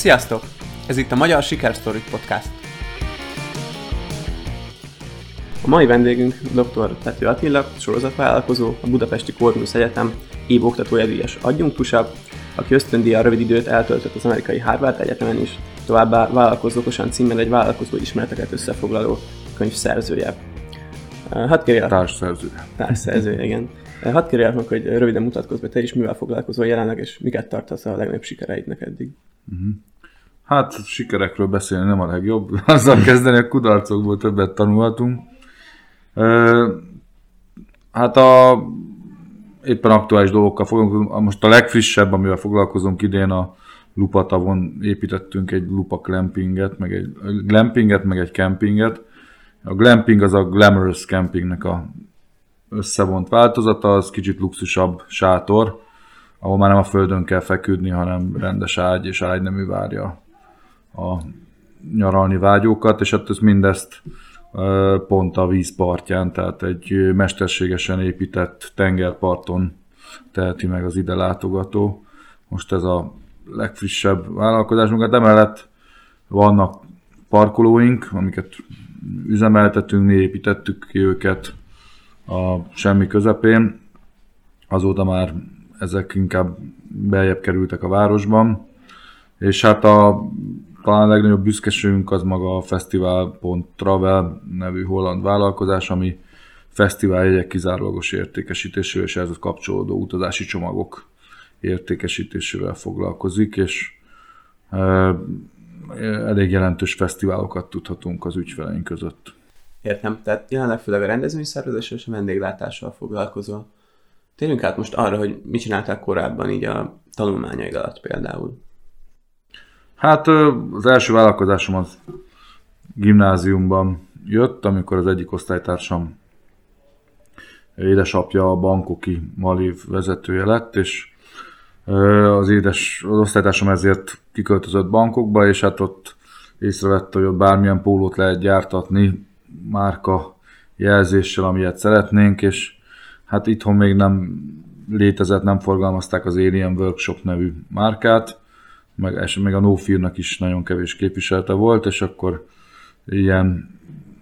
Sziasztok! Ez itt a Magyar Sikersztorik Podcast. A mai vendégünk dr. Pető Attila, sorozatvállalkozó, a Budapesti Corvinus Egyetem évoktatója díjas adjunktusa, aki ösztöndíjjal rövid időt eltöltött az amerikai Harvard Egyetemen is, továbbá Vállalkozz okosan címmel egy vállalkozó ismereteket összefoglaló könyv szerzője. Társszerzője, igen. Hadd kérjek meg, hogy röviden mutatkozz be, te is mivel foglalkozol jelenleg, és miket tartasz a legnagyobb sikereidnek eddig? Hát sikerekről beszélni nem a legjobb. Azzal kezdeni, a kudarcokból többet tanulhatunk. Hát éppen aktuális dolgokkal foglalkozunk. Most a legfrissebb, amivel foglalkozunk idén, a Lupatavon építettünk egy lupa glampinget, meg egy campinget. A glamping az a glamorous campingnek a összevont változata, az kicsit luxusabb sátor, ahol már nem a földön kell feküdni, hanem rendes ágy és ágynemű várja a nyaralni vágyókat, és hát mindezt pont a víz partján, tehát egy mesterségesen épített tengerparton teheti meg az ide látogató. Most ez a legfrissebb vállalkozásunk, de emellett vannak parkolóink, amiket üzemeltetünk, mi építettük ki őket a semmi közepén. Azóta már ezek inkább beljebb kerültek a városban, és hát talán a legnagyobb büszkeségünk az maga a Festival.travel nevű holland vállalkozás, ami fesztiváljegyek kizárólagos értékesítésével és ehhez kapcsolódó utazási csomagok értékesítésével foglalkozik, és elég jelentős fesztiválokat tudhatunk az ügyfeleink között. Értem, tehát jelenleg főleg a rendezvényszervezéssel és a vendéglátással foglalkozol. Térjünk át most arra, hogy mit csináltál korábban így a tanulmányaid alatt például. Hát az első vállalkozásom az gimnáziumban jött, amikor az egyik osztálytársam édesapja a Bangkoki Malév vezetője lett, és az osztálytársam ezért kiköltözött Bangkokba, és hát ott észrevette, hogy ott bármilyen pólót lehet gyártatni márka jelzéssel, amilyet szeretnénk, és hát itthon még nem létezett, nem forgalmazták az Alien Workshop nevű márkát, meg a No Fear-nak is nagyon kevés képviselete volt, és akkor ilyen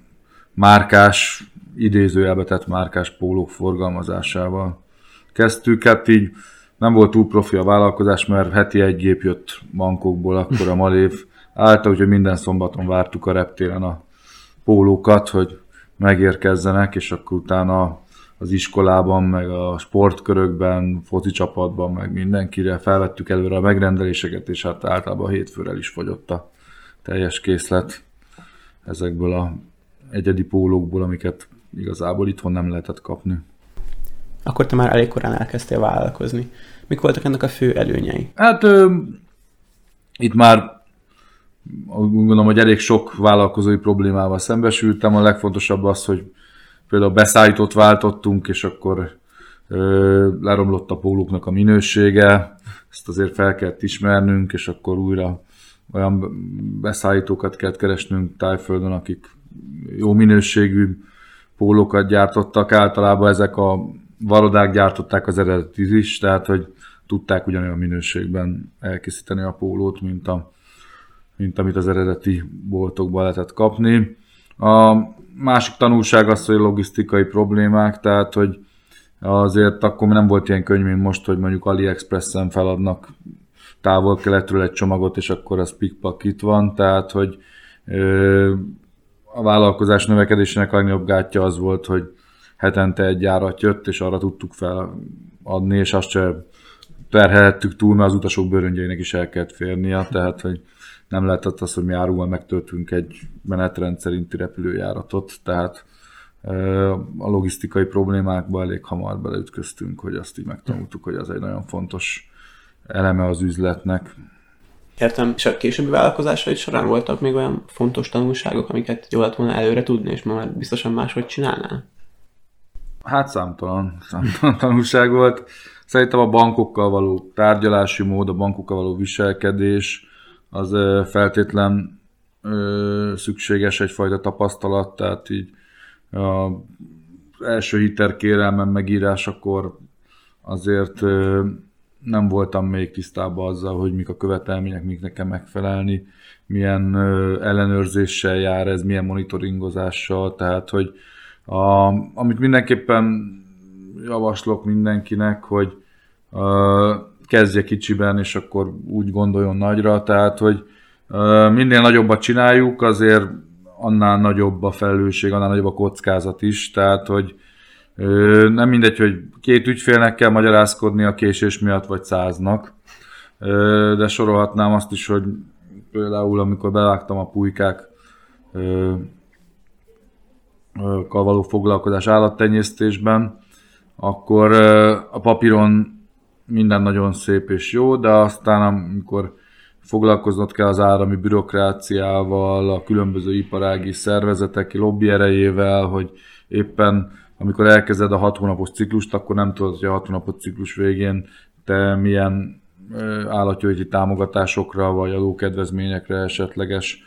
márkás, idézőjelbe tett márkás pólók forgalmazásával kezdtük. Hát így nem volt túl profi a vállalkozás, mert heti egy gép jött Bangkokból, akkor a Malév állta, úgyhogy minden szombaton vártuk a reptéren a pólókat, hogy megérkezzenek, és akkor utána az iskolában, meg a sportkörökben, foci csapatban, meg mindenkire felvettük előre a megrendeléseket, és hát általában hétfőre is fogyott a teljes készlet ezekből a egyedi pólókból, amiket igazából itthon nem lehetett kapni. Akkor te már elég korán elkezdtél vállalkozni. Mik voltak ennek a fő előnyei? Hát itt már úgy gondolom, hogy elég sok vállalkozói problémával szembesültem. A legfontosabb az, hogy például beszállítót váltottunk, és akkor leromlott a pólóknak a minősége, ezt azért fel kellett ismernünk, és akkor újra olyan beszállítókat kellett keresnünk Tájföldön, akik jó minőségű pólókat gyártottak. Általában ezek a varodák gyártották az eredetit is, tehát hogy tudták ugyanolyan minőségben elkészíteni a pólót, mint amit az eredeti boltokban lehetett kapni. A másik tanulság az, hogy logisztikai problémák, tehát hogy azért akkor nem volt ilyen könnyű, mint most, hogy mondjuk AliExpressen feladnak távol-keletről egy csomagot, és akkor az pikpak itt van, tehát hogy a vállalkozás növekedésének a legnagyobb gátja az volt, hogy hetente egy járat jött, és arra tudtuk feladni, és azt se terhelhettük túl, mert az utasok bőröngyeinek is el kellett férnie, tehát hogy nem lehetett az, hogy mi áruval megtöltünk egy menetrend szerinti repülőjáratot, tehát a logisztikai problémákba elég hamar beleütköztünk, hogy azt így megtanultuk, hogy az egy nagyon fontos eleme az üzletnek. Értem, és a későbbi vállalkozásaid során voltak még olyan fontos tanulságok, amiket jól lett volna előre tudni, és már biztosan máshogy csinálnál? Hát számtalan tanulság volt. Szerintem a bankokkal való tárgyalási mód, a bankokkal való viselkedés, az feltétlen szükséges egyfajta tapasztalat, tehát így az első hitelkérelmen megírásakor azért nem voltam még tisztában azzal, hogy mik a követelmények, mik nekem megfelelni, milyen ellenőrzéssel jár ez, milyen monitoringozással, tehát hogy amit mindenképpen javaslok mindenkinek, hogy kezdje kicsiben, és akkor úgy gondoljon nagyra, tehát hogy minél nagyobbat csináljuk, azért annál nagyobb a felelősség, annál nagyobb a kockázat is, tehát hogy nem mindegy, hogy 2 ügyfélnek kell magyarázkodni a késés miatt, vagy 100-nak, de sorolhatnám azt is, hogy például amikor bevágtam a pulykák való foglalkozás állattenyésztésben, akkor a papíron minden nagyon szép és jó, de aztán amikor foglalkoznod kell az állami bürokráciával, a különböző iparági szervezetek lobby erejével, hogy éppen amikor elkezded a 6 hónapos ciklust, akkor nem tudod, hogy a 6 hónapos ciklus végén te milyen állatjóléti támogatásokra vagy adókedvezményekre, esetleges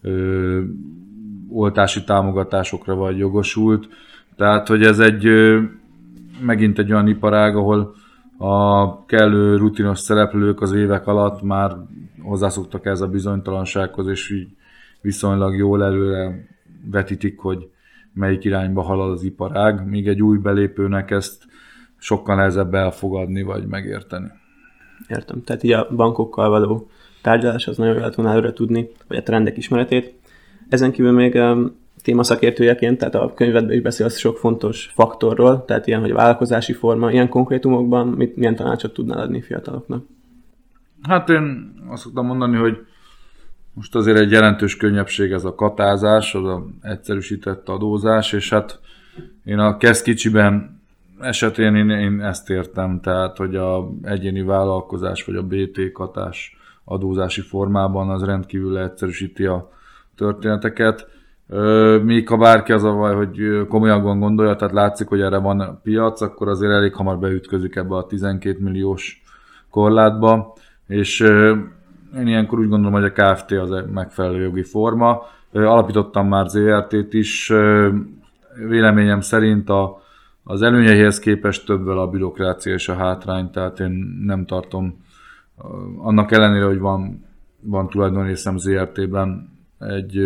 oltási támogatásokra vagy jogosult. Tehát, hogy ez megint egy olyan iparág, ahol a kellő rutinos szereplők az évek alatt már hozzászoktak ez a bizonytalansághoz, és így viszonylag jól előre vetítik, hogy melyik irányba halad az iparág, míg egy új belépőnek ezt sokkal nehezebb elfogadni vagy megérteni. Értem. Tehát így a bankokkal való tárgyalás az nagyon jól lehet volna előre tudni, vagy a trendek ismeretét. Ezen kívül még témaszakértőjeként, tehát a könyvedben is beszélsz sok fontos faktorról, tehát ilyen, hogy a vállalkozási forma, ilyen konkrétumokban milyen tanácsot tudnál adni fiataloknak? Hát én azt szoktam mondani, hogy most azért egy jelentős könnyebbség ez a katázás, az a egyszerűsített adózás, és hát én a kezd kicsiben esetén én ezt értem, tehát hogy a egyéni vállalkozás vagy a BT katás adózási formában az rendkívül leegyszerűsíti a történeteket. Még ha bárki az a baj, hogy komolyan gondolja, tehát látszik, hogy erre van piac, akkor azért elég hamar beütközik ebbe a 12 milliós korlátba, és én ilyenkor úgy gondolom, hogy a Kft. Az egy megfelelő jogi forma. Alapítottam már ZRT-t is, véleményem szerint az előnyeihez képest többvel a bürokrácia és a hátrány, tehát én nem tartom, annak ellenére, hogy van tulajdonrészem ZRT-ben egy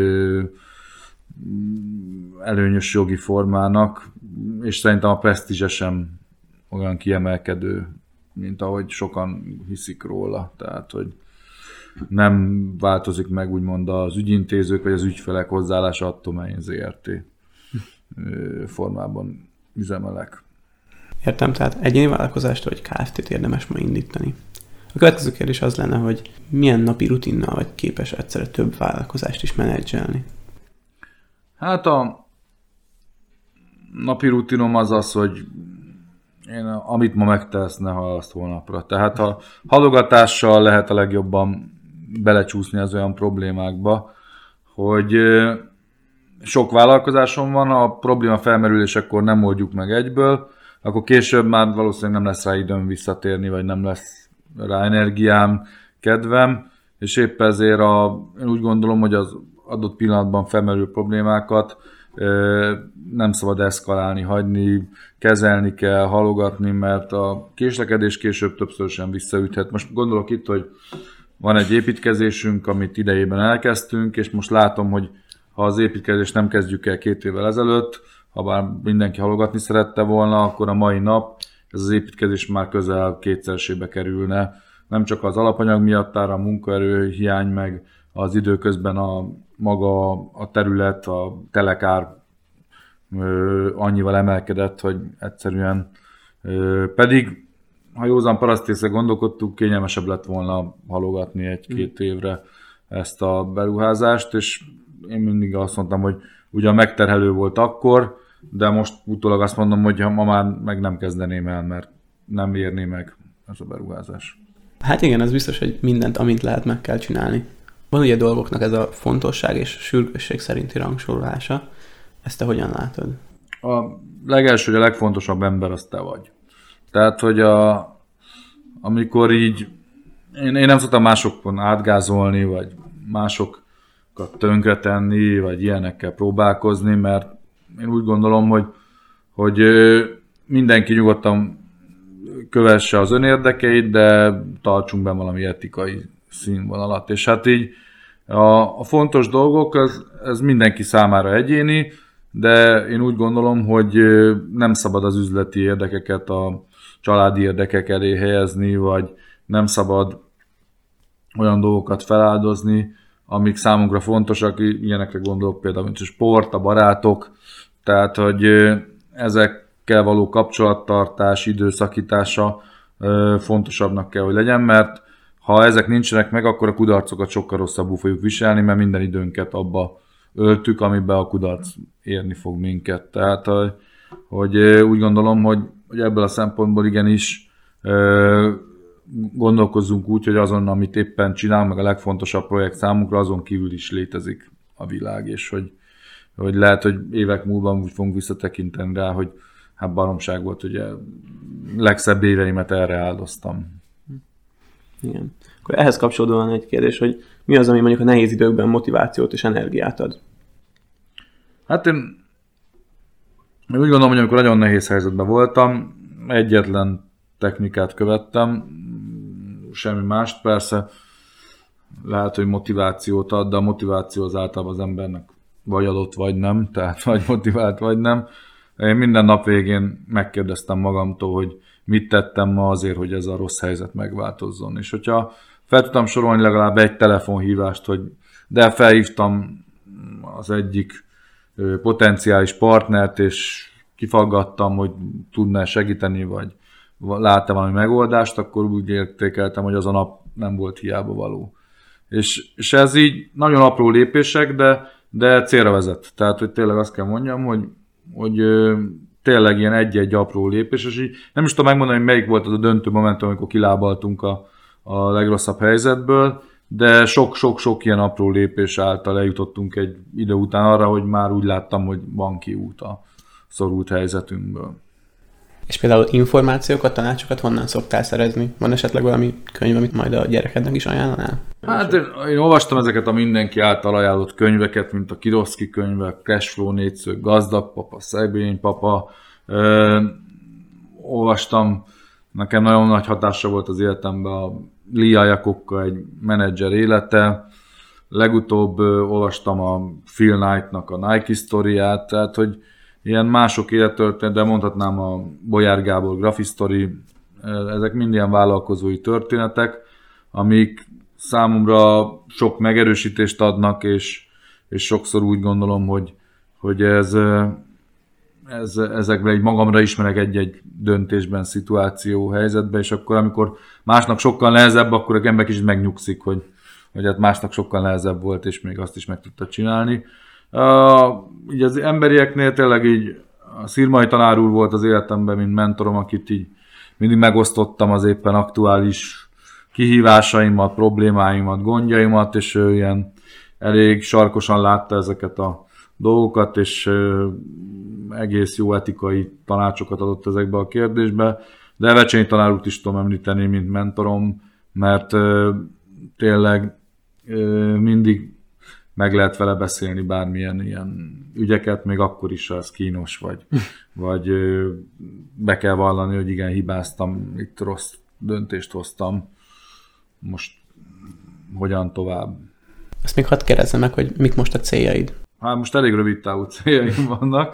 előnyös jogi formának, és szerintem a presztízse sem olyan kiemelkedő, mint ahogy sokan hiszik róla. Tehát, hogy nem változik meg úgymond az ügyintézők vagy az ügyfelek hozzáállása attól, mert én ZRT formában üzemelek. Értem, tehát egyéni vállalkozást vagy Kft-t érdemes ma indítani. A következő kérdés az lenne, hogy milyen napi rutinnal vagy képes egyszerre több vállalkozást is menedzselni? Hát a napi rutinom az, hogy én amit ma megtesz, ne halaszt holnapra. Tehát a halogatással lehet a legjobban belecsúszni az olyan problémákba, hogy sok vállalkozásom van, a probléma felmerülésekor nem oldjuk meg egyből, akkor később már valószínűleg nem lesz rá időm visszatérni, vagy nem lesz rá energiám, kedvem, és épp ezért én úgy gondolom, hogy az adott pillanatban felmerülő problémákat nem szabad eszkalálni, hagyni, kezelni kell, halogatni, mert a késlekedés később többszörösen visszaüthet. Most gondolok itt, hogy van egy építkezésünk, amit idejében elkezdtünk, és most látom, hogy ha az építkezést nem kezdjük el 2 évvel ezelőtt, ha bár mindenki halogatni szerette volna, akkor a mai nap ez az építkezés már közel 2-szeresébe kerülne. Nem csak az alapanyag miatt, a munkaerő hiány, meg az időközben maga a terület, a telekár annyival emelkedett, hogy egyszerűen pedig, ha józan parasztészre gondolkodtuk, kényelmesebb lett volna halogatni 1-2 évre ezt a beruházást, és én mindig azt mondtam, hogy ugyan megterhelő volt akkor, de most utólag azt mondom, hogy ma már meg nem kezdeném el, mert nem érné meg ez a beruházás. Hát igen, ez biztos, hogy mindent, amint lehet, meg kell csinálni. Van ugye dolgoknak ez a fontosság és sürgősség szerinti rangsorolása. Ezt te hogyan látod? A legelső, hogy a legfontosabb ember az te vagy. Tehát, hogy amikor így, én nem szoktam másokon átgázolni, vagy másokat tönkretenni, vagy ilyenekkel próbálkozni, mert én úgy gondolom, hogy mindenki nyugodtan kövesse az önérdekeit, de tartsunk be valami etikai színvonalat. És hát így a fontos dolgok, ez mindenki számára egyéni, de én úgy gondolom, hogy nem szabad az üzleti érdekeket a családi érdekek elé helyezni, vagy nem szabad olyan dolgokat feláldozni, amik számunkra fontosak, ilyenekre gondolok például, mint a sport, a barátok, tehát, hogy ezekkel való kapcsolattartás, időszakítása fontosabbnak kell, hogy legyen, mert ha ezek nincsenek meg, akkor a kudarcokat sokkal rosszabbul fogjuk viselni, mert minden időnket abba öltük, amiben a kudarc érni fog minket. Tehát, hogy úgy gondolom, hogy ebből a szempontból igenis gondolkozzunk úgy, hogy azon, amit éppen csinálunk, meg a legfontosabb projekt számunkra, azon kívül is létezik a világ, és hogy lehet, hogy évek múlva úgy fogunk visszatekinteni rá, hogy hát baromság volt, ugye legszebb éveimet erre áldoztam. Igen. Akkor ehhez kapcsolódóan egy kérdés, hogy mi az, ami mondjuk a nehéz időkben motivációt és energiát ad? Hát én úgy gondolom, hogy amikor nagyon nehéz helyzetben voltam, egyetlen technikát követtem, semmi mást, persze lehet, hogy motivációt ad, de a motiváció az általában az embernek vagy adott, vagy nem, tehát vagy motivált, vagy nem. Én minden nap végén megkérdeztem magamtól, hogy mit tettem ma azért, hogy ez a rossz helyzet megváltozzon. És hogyha fel tudtam sorolni legalább egy telefonhívást, de felhívtam az egyik potenciális partnert, és kifaggattam, hogy tudná segíteni, vagy látta valami megoldást, akkor úgy értékeltem, hogy az a nap nem volt hiába való. És ez így nagyon apró lépések, de célra vezet. Tehát, hogy tényleg azt kell mondjam, hogy tényleg ilyen egy-egy apró lépés, és így nem is tudom megmondani, hogy melyik volt az a döntő momentum, amikor kilábaltunk a legrosszabb helyzetből, de sok-sok-sok ilyen apró lépés által eljutottunk egy idő után arra, hogy már úgy láttam, hogy van kiút a szorult helyzetünkből. És például információkat, tanácsokat honnan szoktál szerezni? Van esetleg valami könyv, amit majd a gyerekednek is ajánlanál? Hát én olvastam ezeket a mindenki által ajánlott könyveket, mint a Kiroszki könyvek, Cashflow négyszög, Gazdag papa, Szegény papa. Olvastam, nekem nagyon nagy hatása volt az életemben a Lee Iacocca, egy menedzser élete. Legutóbb olvastam a Phil Knight-nak a Nike sztoriát, tehát hogy ilyen mások élettörténet, de mondhatnám a Bolyár Gábor Graphistory, ezek mind ilyen vállalkozói történetek, amik számomra sok megerősítést adnak, és sokszor úgy gondolom, hogy ezekben egy magamra ismerek egy-egy döntésben, szituáció, helyzetben, és akkor, amikor másnak sokkal nehezebb, akkor a ember kicsit megnyugszik, hogy hát másnak sokkal nehezebb volt, és még azt is meg tudta csinálni. Így az emberieknél tényleg így a Szirmai tanár úr volt az életemben, mint mentorom, akit így mindig megosztottam az éppen aktuális kihívásaimat, problémáimat, gondjaimat, és ő ilyen elég sarkosan látta ezeket a dolgokat, és egész jó etikai tanácsokat adott ezekbe a kérdésbe. De Vecsényi tanár úrt is tudom említeni, mint mentorom, mert tényleg mindig meg lehet vele beszélni bármilyen ilyen ügyeket, még akkor is, ha ez kínos, vagy be kell vallani, hogy igen, hibáztam, itt rossz döntést hoztam, most hogyan tovább. Azt még hadd kérdezzem meg, hogy mik most a céljaid? Hát most elég rövid távú céljaim vannak.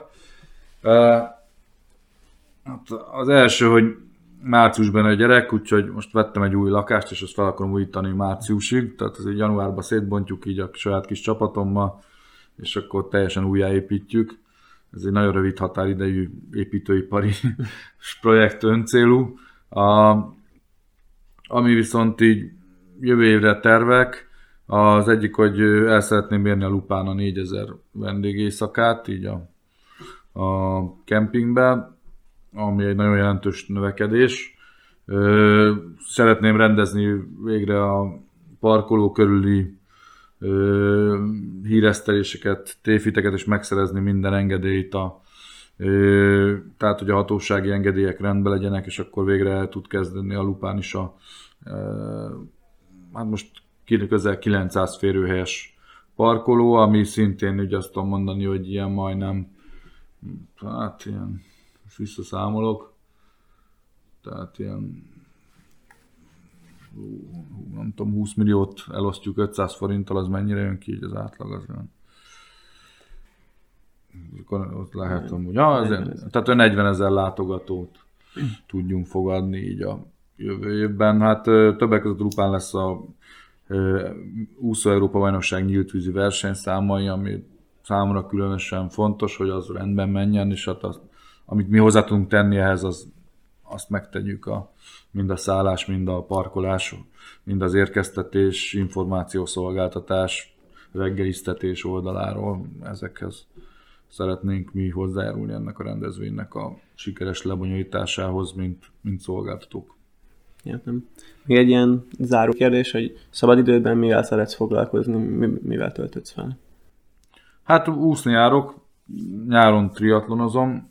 Az első, hogy márciusban egy gyerek, úgyhogy most vettem egy új lakást, és azt fel akarom újítani márciusig, tehát azért januárban szétbontjuk így a saját kis csapatommal, és akkor teljesen újjáépítjük. Ez egy nagyon rövid határidejű építőipari projekt, öncélú. Ami viszont így jövő évre tervek, az egyik, hogy el szeretném érni a Lupán a 4000 vendégészakát, így a kempingben, ami egy nagyon jelentős növekedés. Szeretném rendezni végre a parkoló körüli híreszteléseket, tévhiteket, és megszerezni minden engedélyt, tehát hogy a hatósági engedélyek rendben legyenek, és akkor végre el tud kezdeni a Lupán is hát most közel 900 férőhelyes parkoló, ami szintén úgy azt tudom mondani, hogy ilyen majdnem, hát ilyen, most visszaszámolok, Tehát ilyen nem tudom, 20 milliót elosztjuk 500 forinttal, az mennyire jön ki, így az átlag az olyan. Akkor ott lehet amúgy. Tehát 40 000 látogatót tudjunk fogadni így a jövő évben. Hát többek között Rupán lesz a úszó Európa bajnokság nyíltvízi versenyszámai, ami számomra különösen fontos, hogy az rendben menjen, és hát amit mi hozzá tudunk tenni ehhez, azt megtegyük, mind a szállás, mind a parkolás, mind az érkeztetés, információszolgáltatás, reggeliztetés oldaláról. Ezekhez szeretnénk mi hozzájárulni ennek a rendezvénynek a sikeres lebonyolításához, mint szolgáltatók. Értem. Még egy ilyen záró kérdés, hogy szabadidődben mivel szeretsz foglalkozni, mivel töltötsz fel? Hát úszni járok, nyáron triatlonozom,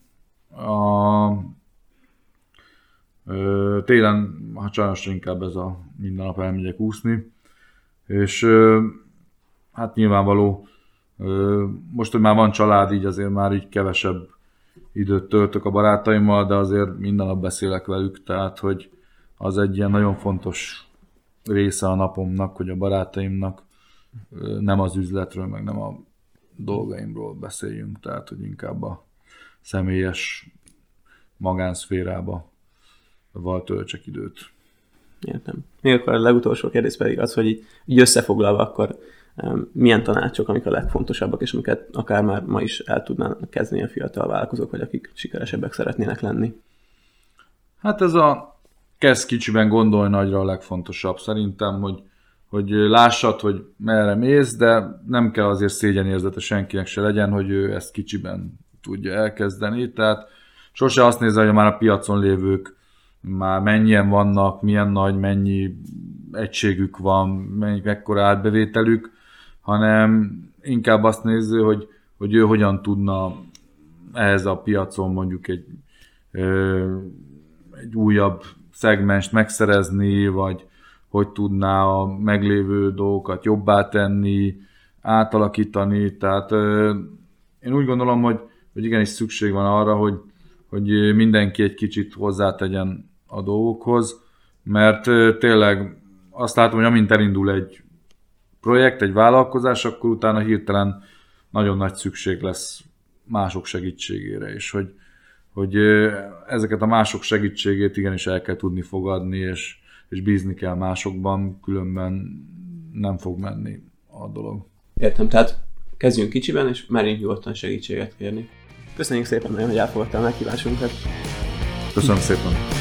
télen, hát sajnos inkább ez a minden nap elmegyek úszni, és hát nyilvánvaló, most, hogy már van család, így azért már így kevesebb időt töltök a barátaimmal, de azért minden nap beszélek velük, tehát hogy az egy ilyen nagyon fontos része a napomnak, hogy a barátaimnak nem az üzletről, meg nem a dolgaimról beszéljünk, tehát hogy inkább a személyes magánszférába töltsek időt. Értem. Még akkor a legutolsó kérdés pedig az, hogy így összefoglalva akkor milyen tanácsok, amik a legfontosabbak, és amiket akár már ma is el tudnának kezdeni a fiatal vállalkozók, vagy akik sikeresebbek szeretnének lenni? Hát ez a kezd kicsiben, gondolj nagyra a legfontosabb. Szerintem, hogy lássad, hogy merre mész, de nem kell azért szégyenérzete senkinek se legyen, hogy ő ezt kicsiben tudja elkezdeni. Tehát sose azt nézze, hogy már a piacon lévők már mennyien vannak, milyen nagy, mennyi egységük van, mekkora átbevételük, hanem inkább azt néző, hogy ő hogyan tudna ehhez a piacon mondjuk egy újabb szegmenst megszerezni, vagy hogy tudná a meglévő dolgokat jobbá tenni, átalakítani. Tehát én úgy gondolom, hogy igenis szükség van arra, hogy mindenki egy kicsit hozzátegyen a dolgokhoz, mert tényleg azt látom, hogy amint elindul egy projekt, egy vállalkozás, akkor utána hirtelen nagyon nagy szükség lesz mások segítségére, és hogy ezeket a mások segítségét igenis el kell tudni fogadni, és bízni kell másokban, különben nem fog menni a dolog. Értem, tehát kezdjünk kicsiben, és merjünk nyugodtan segítséget kérni. Köszönjük szépen, hogy elfogadtál a meghívásunkat. Köszönöm szépen.